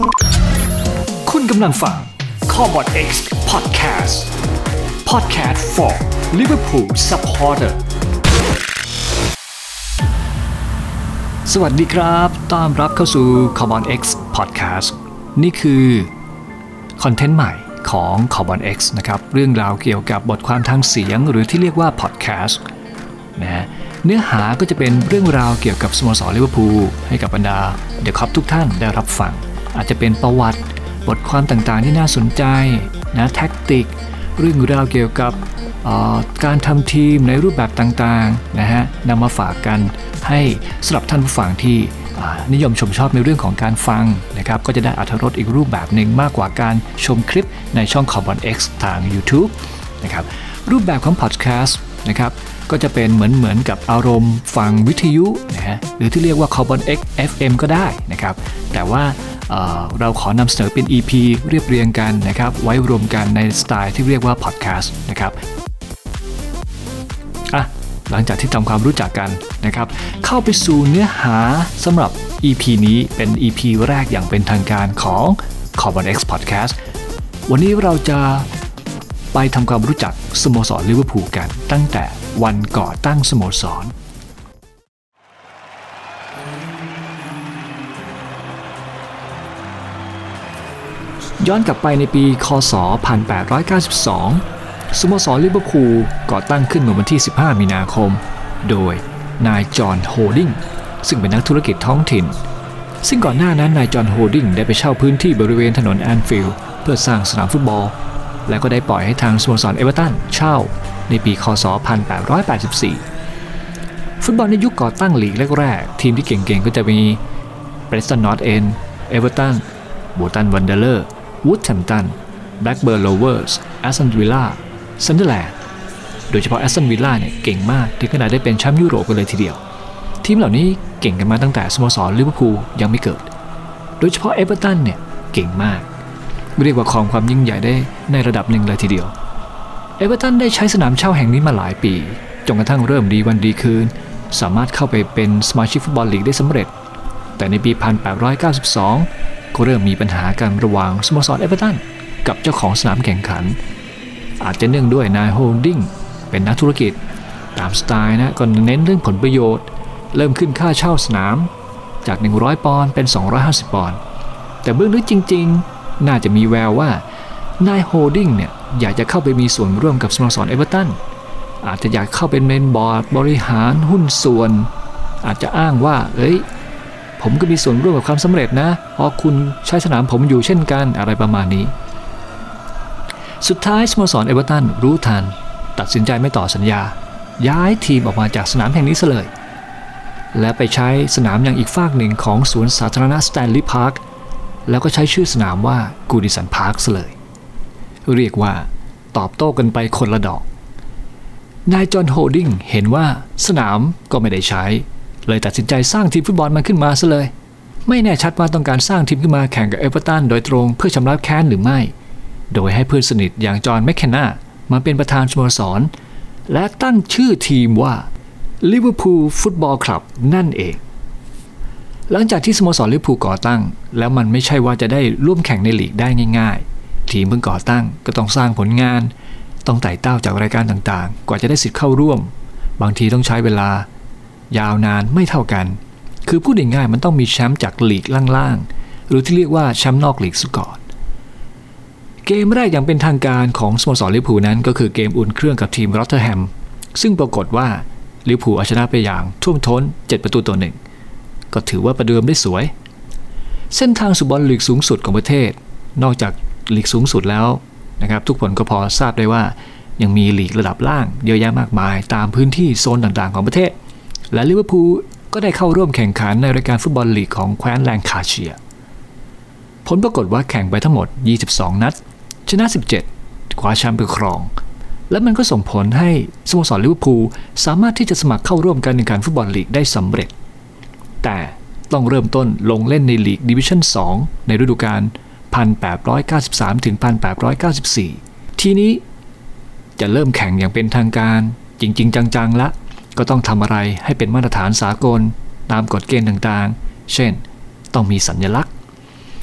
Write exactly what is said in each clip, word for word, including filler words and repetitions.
คุณกำลังฟัง Common X Podcast Podcast for Liverpool Supporter สวัสดีครับต้อนรับเข้าสู่ Common X Podcast นี่คือคอนเทนต์ใหม่ของ Common X นะครับเรื่องราวเกี่ยวกับบทความทางเสียงหรือที่เรียกว่า Podcast นะฮะเนื้อหาก็จะเป็นเรื่องราวเกี่ยวกับสโมสรลิเวอร์พูลให้กับบรรดาเดอะคอปทุกท่านได้รับฟังอาจจะเป็นประวัติบทความต่างๆที่น่าสนใจนะแท็กติกเรื่องราวเกี่ยวกับการทำทีมในรูปแบบต่างๆนะฮะนำมาฝากกันให้สำหรับท่านผู้ฟังที่นิยมชมชอบในเรื่องของการฟังนะครับก็จะได้อรรถรสอีกรูปแบบหนึ่งมากกว่าการชมคลิปในช่อง Common X ทาง YouTube นะครับรูปแบบของ Podcast นะครับก็จะเป็นเหมือนเหมือนกับอารมณ์ฟังวิทยุนะฮะหรือที่เรียกว่า Common X เอฟ เอ็ม ก็ได้นะครับแต่ว่า เ, เราขอนำเสนอเป็น อี พี เรียบเรียงกันนะครับไว้รวมกันในสไตล์ที่เรียกว่า Podcast นะครับอ่ะหลังจากที่ทำความรู้จักกันนะครับเข้าไปสู่เนื้อหาสำหรับ อี พี นี้เป็น อี พี แรกอย่างเป็นทางการของ Common X Podcast วันนี้เราจะไปทำความรู้จักสโมสรลิเวอร์พูลกันตั้งแต่วันก่อตั้งสโมสรย้อนกลับไปในปีค.ศ. หนึ่งพันแปดร้อยเก้าสิบสองสโมสรลิเวอร์พูลก่อตั้งขึ้นเมื่อวันที่สิบห้ามีนาคมโดยนายจอห์นโฮลดิงซึ่งเป็นนักธุรกิจท้องถิ่นซึ่งก่อนหน้านั้นนายจอห์นโฮลดิงได้ไปเช่าพื้นที่บริเวณถนนแอนฟิลด์เพื่อสร้างสนามฟุตบอลและก็ได้ปล่อยให้ทางสโมสรเอเวอร์ตันเช่าในปีค.ศ. หนึ่งพันแปดร้อยแปดสิบสี่ฟุตบอลในยุคก่อตั้งลีกแรกๆทีมที่เก่งๆก็จะมีเบรสตันนอร์ทเอนด์เอเวอร์ตันบูตันวันเดอร์เลอร์วูดแฮมป์ตันแบล็กเบิร์นโรเวอร์สแอสตันวิลล่าซันเดอร์แลนด์โดยเฉพาะแอสตันวิลล่าเนี่ยเก่งมากถึงขนาดได้เป็นแชมป์ยุโรปกันเลยทีเดียวทีมเหล่านี้เก่งกันมาตั้งแต่สโมสรลิเวอร์พูลยังไม่เกิดโดยเฉพาะเอเวอร์ตันเนี่ยเก่งมากเรียกว่าครองความยิ่งใหญ่ได้ในระดับหนึ่งเลยทีเดียวเอเวอร์ตันได้ใช้สนามเช่าแห่งนี้มาหลายปีจนกระทั่งเริ่มดีวันดีคืนสามารถเข้าไปเป็นสมาชิกฟุตบอลลีกได้สำเร็จแต่ในปีหนึ่งพันแปดร้อยเก้าสิบสองก็เริ่มมีปัญหากันระหว่างสโมสรเอเวอร์ตันกับเจ้าของสนามแข่งขันอาจจะเนื่องด้วยนายโฮลดิงเป็นนักธุรกิจตามสไตล์นะก็เน้นเรื่องผลประโยชน์เริ่มขึ้นค่าเช่าสนามจากหนึ่งร้อยปอนด์เป็นสองร้อยห้าสิบปอนด์แต่เบื้องลึกจริงๆน่าจะมีแววว่านายโฮลดิงเนี่ยอยากจะเข้าไปมีส่วนร่วมกับสโมสรเอเวอร์ตันอาจจะอยากเข้าเป็นเมนบอร์ดบริหารหุ้นส่วนอาจจะอ้างว่าเอ้ยผมก็มีส่วนร่วมกับความสำเร็จนะเพราะคุณใช้สนามผมอยู่เช่นกันอะไรประมาณนี้สุดท้ายสโมสรเอเวอร์ตันรู้ทันตัดสินใจไม่ต่อสัญญาย้ายทีมออกมาจากสนามแห่งนี้ซะเลยและไปใช้สนามอย่างอีกฝากหนึ่งของสวนสาธารณะสแตนลีย์พาร์คแล้วก็ใช้ชื่อสนามว่ากูดิสันพาร์คซะเลยเรียกว่าตอบโต้กันไปคนละดอกนายจอห์นโฮลดิงเห็นว่าสนามก็ไม่ได้ใช้เลยตัดสินใจสร้างทีมฟุตบอลมันขึ้นมาซะเลยไม่แน่ชัดว่าต้องการสร้างทีมขึ้นมาแข่งกับเอเวอร์ตันโดยตรงเพื่อชำระแค้นหรือไม่โดยให้เพื่อนสนิทอย่างจอห์นแมคเคนนามาเป็นประธานสโมสรและตั้งชื่อทีมว่าลิเวอร์พูลฟุตบอลคลับนั่นเองหลังจากที่สโมสรลิเวอร์พูลก่อตั้งแล้วมันไม่ใช่ว่าจะได้ร่วมแข่งในลีกได้ง่ายๆทีมเพิ่งก่อตั้งก็ต้องสร้างผลงานต้องไต่เต้าจากรายการต่างๆกว่าจะได้สิทธิ์เข้าร่วมบางทีต้องใช้เวลายาวนานไม่เท่ากันคือพูดง่ายๆมันต้องมีแชมป์จากลีกล่างๆหรือที่เรียกว่าแชมป์นอกลีกซะก่อนเกมแรกอย่างเป็นทางการของสโมสรลิเวอร์พูลนั้นก็คือเกมอุ่นเครื่องกับทีมรอตเทอร์แฮมซึ่งปรากฏว่าลิเวอร์พูลเอาชนะไปอย่างท่วมท้นเจ็ดประตูต่อหนึ่งก็ถือว่าประเดิมได้สวยเส้นทางสู่บอลลีกสูงสุดของประเทศนอกจากลีกสูงสุดแล้วนะครับทุกคนก็พอทราบได้ว่ายังมีลีกระดับล่างเยอะแยะมากมายตามพื้นที่โซนต่างๆของประเทศและลิเวอร์พูลก็ได้เข้าร่วมแข่งขันในรายการฟุตบอลลีกของแคว้นแลงคาเชียร์ผลปรากฏว่าแข่งไปทั้งหมดยี่สิบสองนัดชนะสิบเจ็ดคว้าแชมป์ไปครองและมันก็ส่งผลให้สโมสรลิเวอร์พูลสามารถที่จะสมัครเข้าร่วมการแข่งขันฟุตบอลลีกได้สำเร็จแต่ต้องเริ่มต้นลงเล่นในลีกดิวิชั่นสองในฤดูกาล หนึ่งพันแปดร้อยเก้าสิบสาม ถึง หนึ่งพันแปดร้อยเก้าสิบสี่ ทีนี้จะเริ่มแข่งอย่างเป็นทางการจริงๆจังๆละก็ต้องทำอะไรให้เป็นมาตรฐานสากลตามกฎเกณฑ์ต่างๆเช่นต้องมีสัญลักษณ์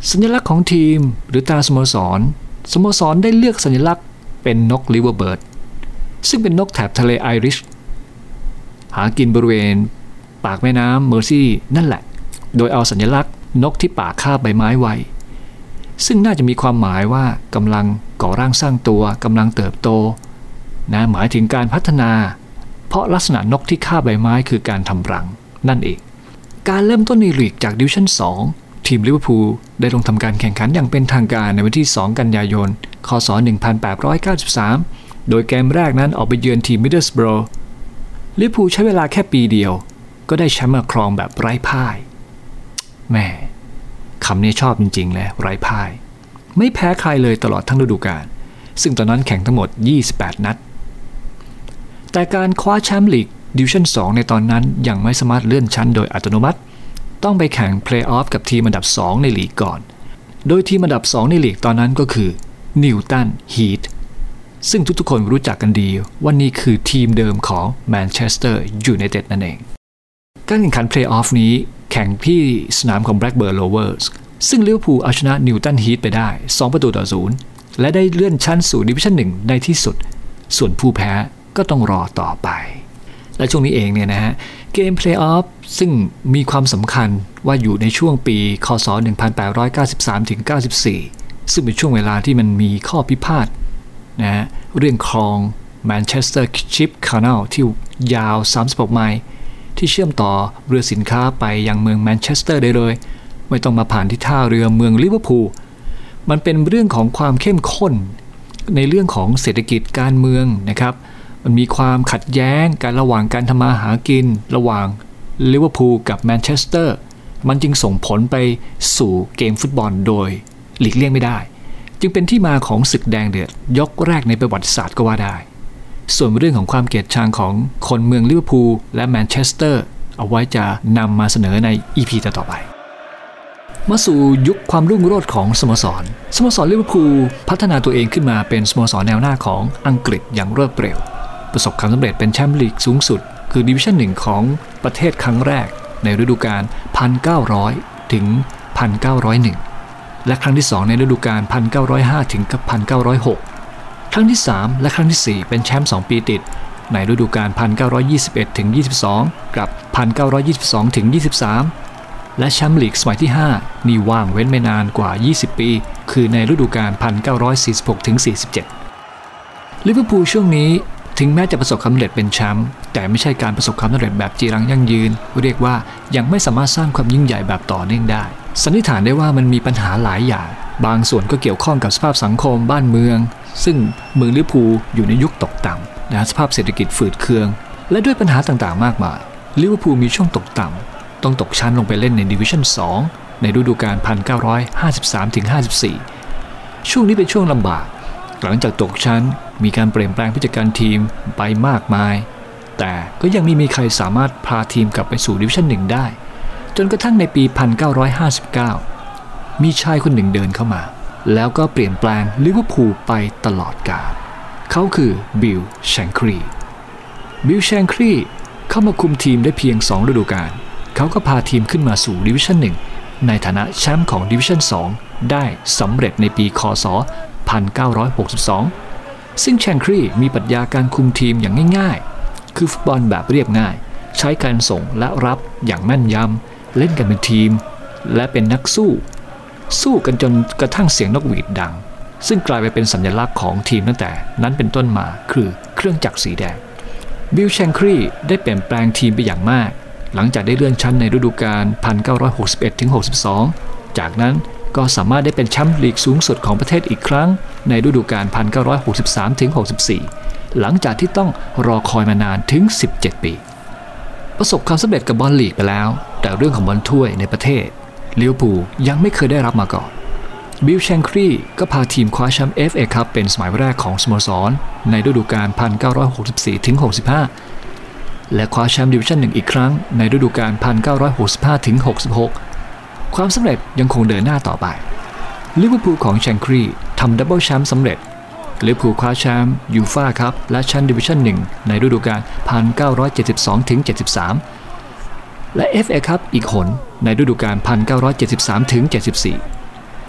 สัญลักษณ์ของทีมหรือตราสโมสรสโมสรได้เลือกสัญลักษณ์เป็นนกลิเวอร์เบิร์ดซึ่งเป็นนกแถบทะเลไอริชหากินบริเวณปากแม่น้ำเมอร์ซี่นั่นแหละโดยเอาสัญลักษณ์นกที่ปากคาบใบไม้ไว้ซึ่งน่าจะมีความหมายว่ากำลังก่อร่างสร้างตัวกำลังเติบโตนะหมายถึงการพัฒนาเพราะลักษณะนกที่คาบใบไม้คือการทำรังนั่นเองการเริ่มต้นในลีกจากดิวิชั่นสองทีมลิเวอร์พูลได้ลงทำการแข่งขันอย่างเป็นทางการในวันที่สองกันยายนคศหนึ่งพันแปดร้อยเก้าสิบสามโดยเกมแรกนั้นออกไปเยือนทีมมิดเดิลสบโรว์ลิเวอร์พูลใช้เวลาแค่ปีเดียวก็ได้แชมป์มาครองแบบไร้พ่ายแม่คำนี้ชอบจริงๆเลยไร้พ่ายไม่แพ้ใครเลยตลอดทั้งฤดูกาลซึ่งตอนนั้นแข่งทั้งหมดยี่สิบแปดนัดแต่การคว้าแชมป์ลีกดิวิชั่นสองในตอนนั้นยังไม่สามารถเลื่อนชั้นโดยอัตโนมัติต้องไปแข่งเพลย์ออฟกับทีมอันดับสองในลีกก่อนโดยทีมอันดับสองในลีกตอนนั้นก็คือนิวตันฮีทซึ่งทุกๆคนรู้จักกันดีว่านี่คือทีมเดิมของแมนเชสเตอร์ยูไนเต็ดนั่นเองการแข่งขันเพลย์ออฟนี้แข่งที่สนามของ Blackburn Rovers ซึ่งลิเวอร์พูลเอาชนะนิวตันฮีทไปได้สองประตูต่อศูนย์และได้เลื่อนชั้นสู่ดิวิชั่นหนึ่งในที่สุดส่วนผู้แพ้ก็ต้องรอต่อไปและช่วงนี้เองเนี่ยนะฮะเกมเพลย์ออฟซึ่งมีความสำคัญว่าอยู่ในช่วงปีคศหนึ่งพันแปดร้อยเก้าสิบสามถึงเก้าสิบสี่ซึ่งเป็นช่วงเวลาที่มันมีข้อพิพาทนะฮะเรื่องคลองแมนเชสเตอร์ชิปคานัลที่ยาวสามสิบหกไมล์ที่เชื่อมต่อเรือสินค้าไปยังเมืองแมนเชสเตอร์ได้เลยไม่ต้องมาผ่านที่ท่าเรือเมืองลิเวอร์พูลมันเป็นเรื่องของความเข้มข้นในเรื่องของเศรษฐกิจการเมืองนะครับมันมีความขัดแย้งกันระหว่างการทำมาหากินระหว่างลิเวอร์พูลกับแมนเชสเตอร์มันจึงส่งผลไปสู่เกมฟุตบอลโดยหลีกเลี่ยงไม่ได้จึงเป็นที่มาของศึกแดงเดือดยกแรกในประวัติศาสตร์ก็ว่าได้ส่วนเรื่องของความเกลียดชังของคนเมืองลิเวอร์พูลและแมนเชสเตอร์เอาไว้จะนำมาเสนอใน อี พี ต่อไปมาสู่ยุคความรุ่งโรจน์ของสโมสรสโมสรลิเวอร์พูลพัฒนาตัวเองขึ้นมาเป็นสโมสรแนวหน้าของอังกฤษอย่างรวดเร็วประสบความสำเร็จเป็นแชมป์ลีกสูงสุดคือดิวิชั่นหนึ่งของประเทศครั้งแรกในฤดูกาล หนึ่งพันเก้าร้อย ถึง หนึ่งพันเก้าร้อยเอ็ด และครั้งที่สองในฤดูกาล หนึ่งพันเก้าร้อยห้า ถึง หนึ่งพันเก้าร้อยหก ครั้งที่สามและครั้งที่สี่เป็นแชมป์สองปีติดในฤดูกาล หนึ่งพันเก้าร้อยยี่สิบเอ็ด ถึง ยี่สิบสอง กับ หนึ่งพันเก้าร้อยยี่สิบสอง ถึง ยี่สิบสาม และแชมป์ลีกสมัยที่ห้านี่ว่างเว้นไม่นานกว่ายี่สิบปีคือในฤดูกาล หนึ่งพันเก้าร้อยสี่สิบหก ถึง สี่สิบเจ็ด ลิเวอร์พูลช่วงนี้ถึงแม้จะประสบความสำเร็จเป็นแชมป์แต่ไม่ใช่การประสบความสำเร็จแบบจีรังยั่งยืนเรียกว่ายังไม่สามารถสร้างความยิ่งใหญ่แบบต่อเนื่องได้สันนิษฐานได้ว่ามันมีปัญหาหลายอย่างบางส่วนก็เกี่ยวข้องกับสภาพสังคมบ้านเมืองซึ่งเมืองลิเวอร์พูลอยู่ในยุคตกต่ำนะสภาพเศรษฐกิจฝืดเคืองและด้วยปัญหาต่างๆมากมายลิเวอร์พูลมีช่วงตกต่ำต้องตกชั้นลงไปเล่นในดิวิชั่นสองในฤดูกาล หนึ่งพันเก้าร้อยห้าสิบสาม ถึง ห้าสิบสี่ ช่วงนี้เป็นช่วงลำบากหลังจากตกชั้นมีการเปลี่ยนแปลงผู้จัดการทีมไปมากมายแต่ก็ยังไม่มีใครสามารถพาทีมกลับไปสู่ดิวิชั่นหนึ่งได้จนกระทั่งในปี หนึ่งพันเก้าร้อยห้าสิบเก้า มีชายคนหนึ่งเดินเข้ามาแล้วก็เปลี่ยนแปลงลิเวอร์พูลไปตลอดกาลเขาคือบิล แชงครีบิล แชงครีเข้ามาคุมทีมได้เพียงสองฤดูกาลเขาก็พาทีมขึ้นมาสู่ดิวิชั่นหนึ่งในฐานะแชมป์ของดิวิชั่นสองได้สำเร็จในปีคศหนึ่งพันเก้าร้อยหกสิบสองซึ่งแชงครีมีปรัชญาการคุมทีมอย่างง่ายๆคือฟุตบอลแบบเรียบง่ายใช้การส่งและรับอย่างแม่นยำเล่นกันเป็นทีมและเป็นนักสู้สู้กันจนกระทั่งเสียงนกหวีดดังซึ่งกลายไปเป็นสัญลักษณ์ของทีมตั้งแต่นั้นเป็นต้นมาคือเครื่องจักรสีแดงบิล แชงครีได้เปลี่ยนแปลงทีมไปอย่างมากหลังจากได้เลื่อนชั้นในฤดูกาล หนึ่งพันเก้าร้อยหกสิบเอ็ด ถึง หกสิบสอง จากนั้นก็สามารถได้เป็นแชมป์ลีกสูงสุดของประเทศอีกครั้งในฤดูกาล หนึ่งพันเก้าร้อยหกสิบสาม ถึง หกสิบสี่ หลังจากที่ต้องรอคอยมานานถึงสิบเจ็ดปีประสบความสำเร็จกับบอลลีกไปแล้วแต่เรื่องของบอลถ้วยในประเทศลิเวอร์พูลยังไม่เคยได้รับมาก่อนบิล แชงครีก็พาทีมคว้าแชมป์ เอฟ เอ คัพเป็นสมัยแรกของสโมสรในฤดูกาล หนึ่งพันเก้าร้อยหกสิบสี่ ถึง หกสิบห้า และคว้าแชมป์ดิวิชั่นหนึ่งอีกครั้งในฤดูกาล หนึ่งพันเก้าร้อยหกสิบห้า ถึง หกสิบหก ความสำเร็จยังคงเดินหน้าต่อไปลิเวอร์พูลของแชงครีทำดับเบิลแชมป์สำเร็จลิเวอร์พูลคว้าแชมป์ยูฟ่าคัพและแชมป์ดิวิชั่นหนึ่งในฤดูกาล หนึ่งพันเก้าร้อยเจ็ดสิบสอง ถึง เจ็ดสิบสาม และ เอฟ เอ คัพอีกหนในฤดูกาล หนึ่งพันเก้าร้อยเจ็ดสิบสาม ถึง เจ็ดสิบสี่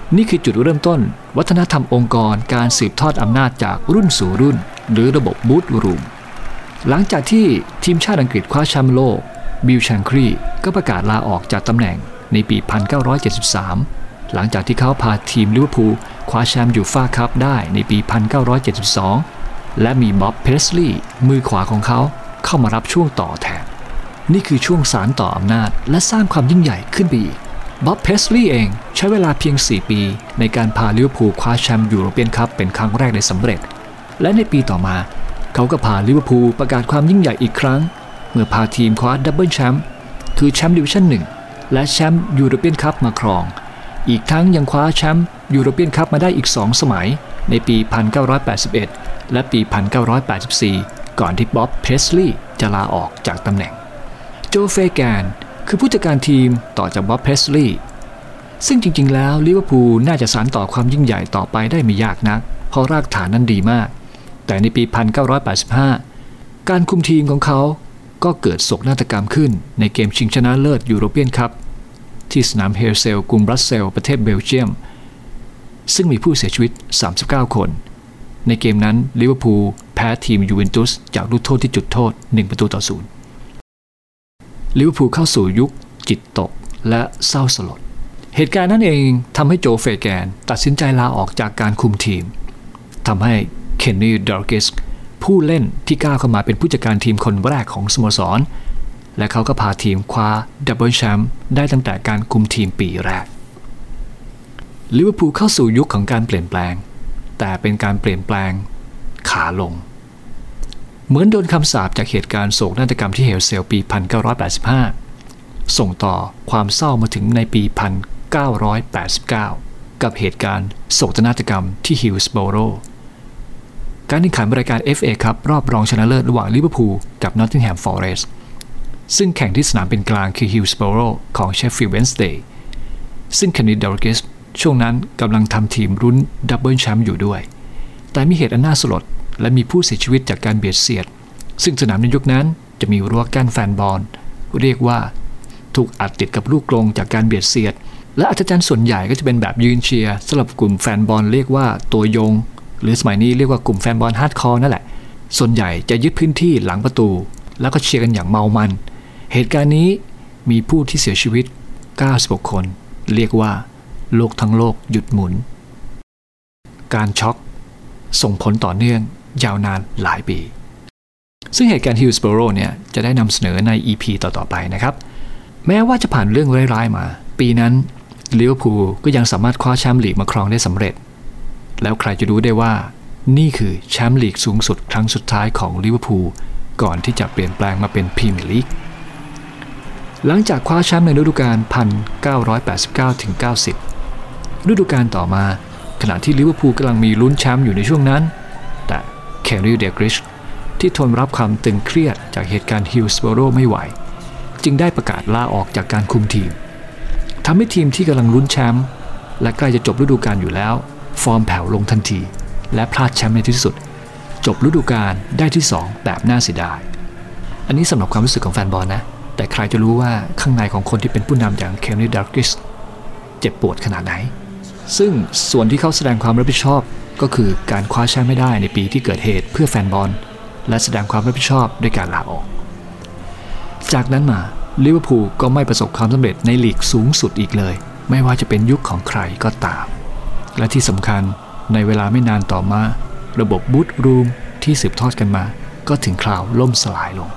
นี่คือจุดเริ่มต้นวัฒนธรรมองค์กรการสืบทอดอำนาจจากรุ่นสู่รุ่นหรือระบบบูธรูมหลังจากที่ทีมชาติอังกฤษคว้าแชมป์โลกบิล แชงครีก็ประกาศลาออกจากตำแหน่งในปี หนึ่งพันเก้าร้อยเจ็ดสิบสาม หลังจากที่เขาพาทีมลิเวอร์พูลคว้าแชมป์ยูฟ่าคัพได้ในปี หนึ่งพันเก้าร้อยเจ็ดสิบสอง และมีบ๊อบ เพสลีย์มือขวาของเขาเข้ามารับช่วงต่อแทนนี่คือช่วงสานต่ออำนาจและสร้างความยิ่งใหญ่ขึ้นไปอีกบ๊อบ เพสลีย์เองใช้เวลาเพียงสี่ปีในการพาลิเวอร์พูลคว้าแชมป์ยูโรเปียนคัพเป็นครั้งแรกได้สำเร็จและในปีต่อมาเขาก็พาลิเวอร์พูลประกาศความยิ่งใหญ่อีกครั้งเมื่อพาทีมคว้าดับเบิลแชมป์คือแชมป์ดิวิชั่นหนึ่งและแชมป์ยูโรเปียนคัพมาครองอีกทั้งยังคว้าแชมป์ยูโรเปียนคัพมาได้อีกสองสมัยในปี หนึ่งพันเก้าร้อยแปดสิบเอ็ด และปี หนึ่งพันเก้าร้อยแปดสิบสี่ ก่อนที่บ๊อบ เพสลีย์จะลาออกจากตำแหน่งโจ เฟแกนคือผู้จัดการทีมต่อจากบ๊อบ เพสลีย์ซึ่งจริงๆแล้วลิเวอร์พูลน่าจะสานต่อความยิ่งใหญ่ต่อไปได้ไม่ยากนักเพราะรากฐานนั้นดีมากแต่ในปี หนึ่งพันเก้าร้อยแปดสิบห้า การคุมทีมของเขาก็เกิดโศกนาฏกรรมขึ้นในเกมชิงชนะเลิศยูโรเปียนคัพที่สนามเฮลเซลกรุงบรัสเซลส์ประเทศเบลเยียมซึ่งมีผู้เสียชีวิตสามสิบเก้าคนในเกมนั้นลิเวอร์พูลแพ้ทีมยูเวนตุสจากลูกโทษที่จุดโทษหนึ่งประตูต่อศูนย์ลิเวอร์พูลเข้าสู่ยุคจิตตกและเศร้าสลดเหตุการณ์นั้นเองทำให้โจ เฟแกนตัดสินใจลาออกจากการคุมทีมทำให้เคนนี่ ดอร์กิสผู้เล่นที่ก้าวเข้ามาเป็นผู้จัดการทีมคนแรกของสโมสรและเขาก็พาทีมคว้าดับเบิลแชมป์ได้ตั้งแต่การคุมทีมปีแรกลิเวอร์พูลเข้าสู่ยุคของการเปลี่ยนแปลงแต่เป็นการเปลี่ยนแปลงขาลงเหมือนโดนคำสาปจากเหตุการณ์โศกนาฏกรรมที่เฮลเซลปี หนึ่งพันเก้าร้อยแปดสิบห้า ส่งต่อความเศร้ามาถึงในปี หนึ่งพันเก้าร้อยแปดสิบเก้า กับเหตุการณ์โศกนาฏกรรมที่ฮิลส์โบโรการแข่งขันรายการ เอฟ เอ ครับรอบรองชนะเลิศระหว่างลิเวอร์พูลกับนอตติงแฮมฟอเรสต์ซึ่งแข่งที่สนามเป็นกลางคือฮิลส์โบโรของเชฟฟิลด์ เวนส์เดย์ซึ่งเคนนี่ ดอร์กิสช่วงนั้นกำลังทำทีมรุ้นดับเบิลแชมป์อยู่ด้วยแต่มีเหตุอันน่าสลดและมีผู้เสียชีวิตจากการเบียดเสียดซึ่งสนามในยุคนั้นจะมีรั้วกั้นแฟนบอลเรียกว่าถูกอัดติดกับลูกกรงจากการเบียดเสียดและอัศจรรย์ส่วนใหญ่ก็จะเป็นแบบยืนเชียร์สำหรับกลุ่มแฟนบอลเรียกว่าตัวยงหรือสมัยนี้เรียกว่ากลุ่มแฟนบอลฮาร์ดคอร์นั่นแหละส่วนใหญ่จะยึดพื้นที่หลังประตูแล้วก็เชียร์กันอย่างเมามันเหตุการณ์นี้มีผู้ที่เสียชีวิตเก้าสิบหกคนเรียกว่าโลกทั้งโลกหยุดหมุนการช็อกส่งผลต่อเนื่องยาวนานหลายปีซึ่งเหตุการณ์ฮิลส์โบโรเนี่ยจะได้นำเสนอใน อี พี ต่อๆไปนะครับแม้ว่าจะผ่านเรื่องร้ายๆมาปีนั้นลิเวอร์พูลก็ยังสามารถคว้าแชมป์ลีกมาครองได้สำเร็จแล้วใครจะรู้ได้ว่านี่คือแชมป์ลีกสูงสุดครั้งสุดท้ายของลิเวอร์พูลก่อนที่จะเปลี่ยนแปลงมาเป็นพรีเมียร์ลีกหลังจากคว้าแชมป์ในฤดูกาล หนึ่งพันเก้าร้อยแปดสิบเก้าถึงเก้าสิบ ฤดูกาลต่อมาขณะที่ลิเวอร์พูลกำลังมีลุ้นแชมป์อยู่ในช่วงนั้นแต่แคร์รี เดกริชที่ทนรับความตึงเครียดจากเหตุการณ์ฮิลส์โบโรไม่ไหวจึงได้ประกาศลาออกจากการคุมทีมทำให้ทีมที่กำลังลุ้นแชมป์และใกล้จะจบฤดูกาลอยู่แล้วฟอร์มแผ่วลงทันทีและพลาดแชมป์ในที่สุดจบฤดูกาลได้ที่สองแบบน่าเสียดายอันนี้สำหรับความรู้สึกของแฟนบอลนะแต่ใครจะรู้ว่าข้างในของคนที่เป็นผู้นำอย่างเคนนี่ ดอร์กิสเจ็บปวดขนาดไหนซึ่งส่วนที่เขาแสดงความรับผิดชอบก็คือการคว้าแชมป์ไม่ได้ในปีที่เกิดเหตุเพื่อแฟนบอลและแสดงความรับผิดชอบด้วยการลาออกจากนั้นมาลิเวอร์พูลก็ไม่ประสบความสำเร็จในลีกสูงสุดอีกเลยไม่ว่าจะเป็นยุคของใครก็ตามและที่สำคัญในเวลาไม่นานต่อมาระบบบูธรูมที่สืบทอดกันมาก็ถึงคราวล่มสลายลง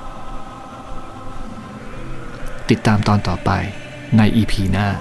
ติดตามตอนต่อไปใน อี พี หน้า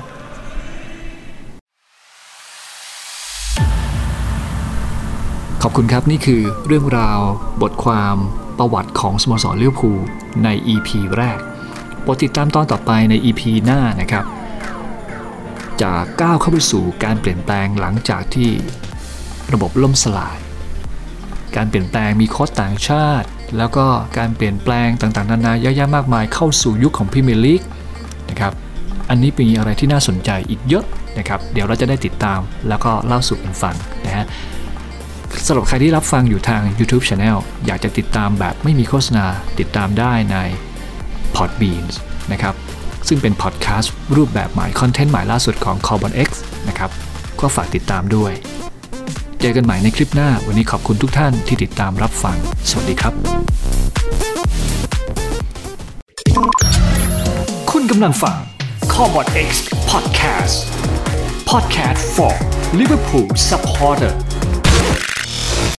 ขอบคุณครับนี่คือเรื่องราวบทความประวัติของสโมสรลิเวอร์พูลใน อี พี แรกโปรดติดตามตอนต่อไปใน อี พี หน้านะครับจะก้าวเข้าไปสู่การเปลี่ยนแปลงหลังจากที่ระบบล่มสลายการเปลี่ยนแปลงมีโค้ชต่างชาติแล้วก็การเปลี่ยนแปลงต่างๆนานาเยอะแยะมากมายเข้าสู่ยุคของพรีเมียร์ลีกนะครับอันนี้เป็นอะไรที่น่าสนใจอีกเยอะนะครับเดี๋ยวเราจะได้ติดตามแล้วก็เล่าสู่กันฟังนะฮะสำหรับใครที่รับฟังอยู่ทาง YouTube Channel อยากจะติดตามแบบไม่มีโฆษณาติดตามได้ใน Podbean นะครับซึ่งเป็นพอดแคสต์รูปแบบใหม่คอนเทนต์ใหม่ล่าสุดของ Carbon X นะครับก็ฝากติดตามด้วยเจอกันใหม่ในคลิปหน้าวันนี้ขอบคุณทุกท่านที่ติดตามรับฟังสวัสดีครับคุณกำลังฟัง Corbett X Podcast Podcast for Liverpool Supporter